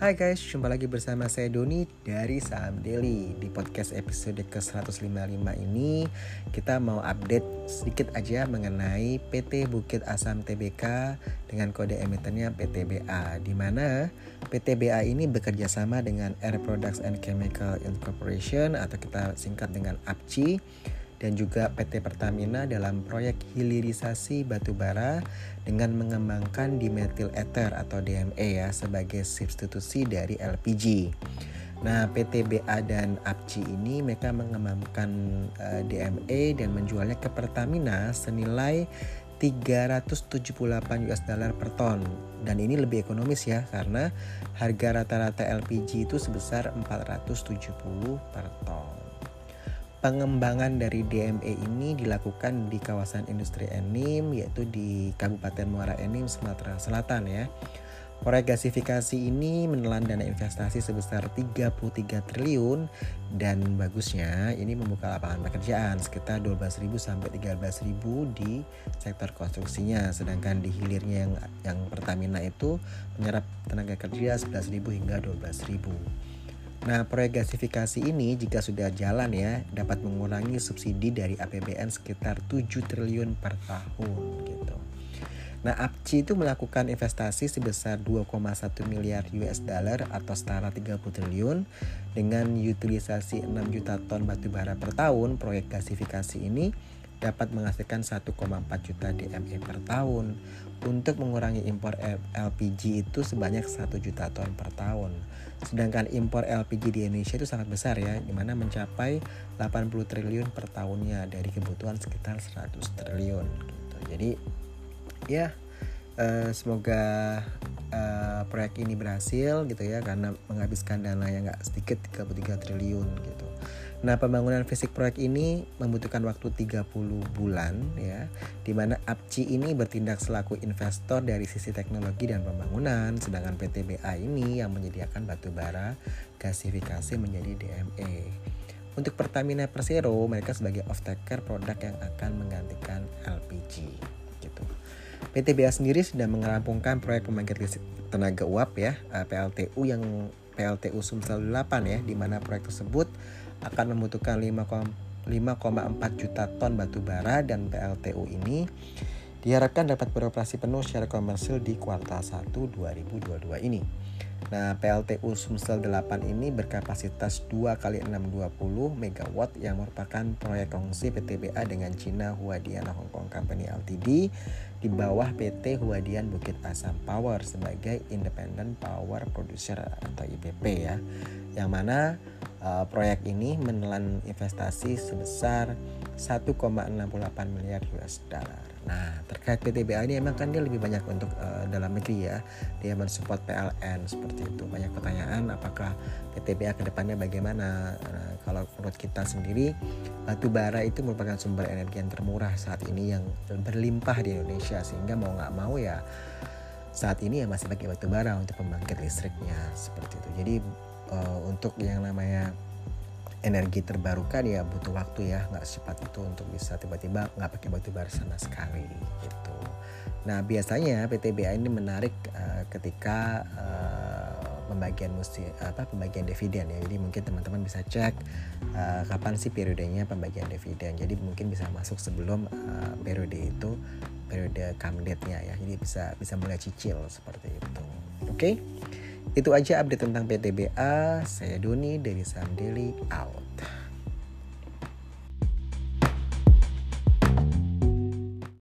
Hai guys, jumpa lagi bersama saya Doni dari Saham Daily. Di podcast episode ke-155 ini kita mau update sedikit aja mengenai PT Bukit Asam Tbk dengan kode emitennya PTBA, di mana PTBA ini bekerja sama dengan Air Products and Chemical Incorporation atau kita singkat dengan APCI, dan juga PT Pertamina dalam proyek hilirisasi batubara dengan mengembangkan dimethyl ether atau DME ya sebagai substitusi dari LPG. Nah, PTBA dan APCI ini mereka mengembangkan DME dan menjualnya ke Pertamina senilai 378 US dollar per ton, dan ini lebih ekonomis ya karena harga rata-rata LPG itu sebesar 470 per ton. Pengembangan dari DME ini dilakukan di kawasan industri Enim, yaitu di Kabupaten Muara Enim, Sumatera Selatan ya. Proyek gasifikasi ini menelan dana investasi sebesar 33 triliun dan bagusnya ini membuka lapangan pekerjaan sekitar 12.000 sampai 13.000 di sektor konstruksinya, sedangkan di hilirnya yang Pertamina itu menyerap tenaga kerja 11.000 hingga 12.000. Nah, proyek gasifikasi ini jika sudah jalan ya, dapat mengurangi subsidi dari APBN sekitar 7 triliun per tahun gitu. Nah, APCI itu melakukan investasi sebesar 2,1 miliar US dollar atau setara 30 triliun dengan utilisasi 6 juta ton batubara per tahun. Proyek gasifikasi ini dapat menghasilkan 1,4 juta DME per tahun. Untuk mengurangi impor LPG itu sebanyak 1 juta ton per tahun. Sedangkan impor LPG di Indonesia itu sangat besar ya, dimana mencapai 80 triliun per tahunnya dari kebutuhan sekitar 100 triliun gitu. Jadi ya semoga proyek ini berhasil gitu ya, karena menghabiskan dana yang gak sedikit 33 triliun gitu. Nah, pembangunan fisik proyek ini membutuhkan waktu 30 bulan ya, di mana APCI ini bertindak selaku investor dari sisi teknologi dan pembangunan, sedangkan PTBA ini yang menyediakan batubara gasifikasi menjadi DME. Untuk Pertamina Persero, mereka sebagai off-taker produk yang akan menggantikan LPG gitu. PTBA sendiri sudah merampungkan proyek pembangkit listrik tenaga uap ya, PLTU yang PLTU Sumsel 8 ya, di mana proyek tersebut akan membutuhkan 5,4 juta ton batu bara, dan PLTU ini diharapkan dapat beroperasi penuh secara komersil di kuartal 1 2022 ini. Nah, PLTU Sumsel 8 ini berkapasitas 2x620 MW yang merupakan proyek kongsi PTBA dengan China Huadian Hong Kong Company Ltd di bawah PT Huadian Bukit Asam Power sebagai Independent Power Producer atau IPP ya. Yang mana proyek ini menelan investasi sebesar 1,68 miliar US dollar. Nah, terkait PTBA ini emang kan dia lebih banyak untuk dalam negeri ya. Dia mensupport PLN seperti itu. Banyak pertanyaan apakah PTBA ke depannya bagaimana. Nah, kalau menurut kita sendiri, batu bara itu merupakan sumber energi yang termurah saat ini yang berlimpah di Indonesia, sehingga mau nggak mau ya saat ini ya masih pakai batu bara untuk pembangkit listriknya seperti itu. Jadi untuk yang namanya energi terbarukan ya butuh waktu ya, nggak secepat itu untuk bisa tiba-tiba nggak pakai batu bara sama sekali gitu. Nah, biasanya PTBA ini menarik ketika pembagian dividen ya. Jadi mungkin teman-teman bisa cek kapan sih periodenya pembagian dividen. Jadi mungkin bisa masuk sebelum periode come date-nya ya. Jadi bisa mulai cicil seperti itu. Oke? Itu aja update tentang PTBA. Saya Doni dari Saham Daily out.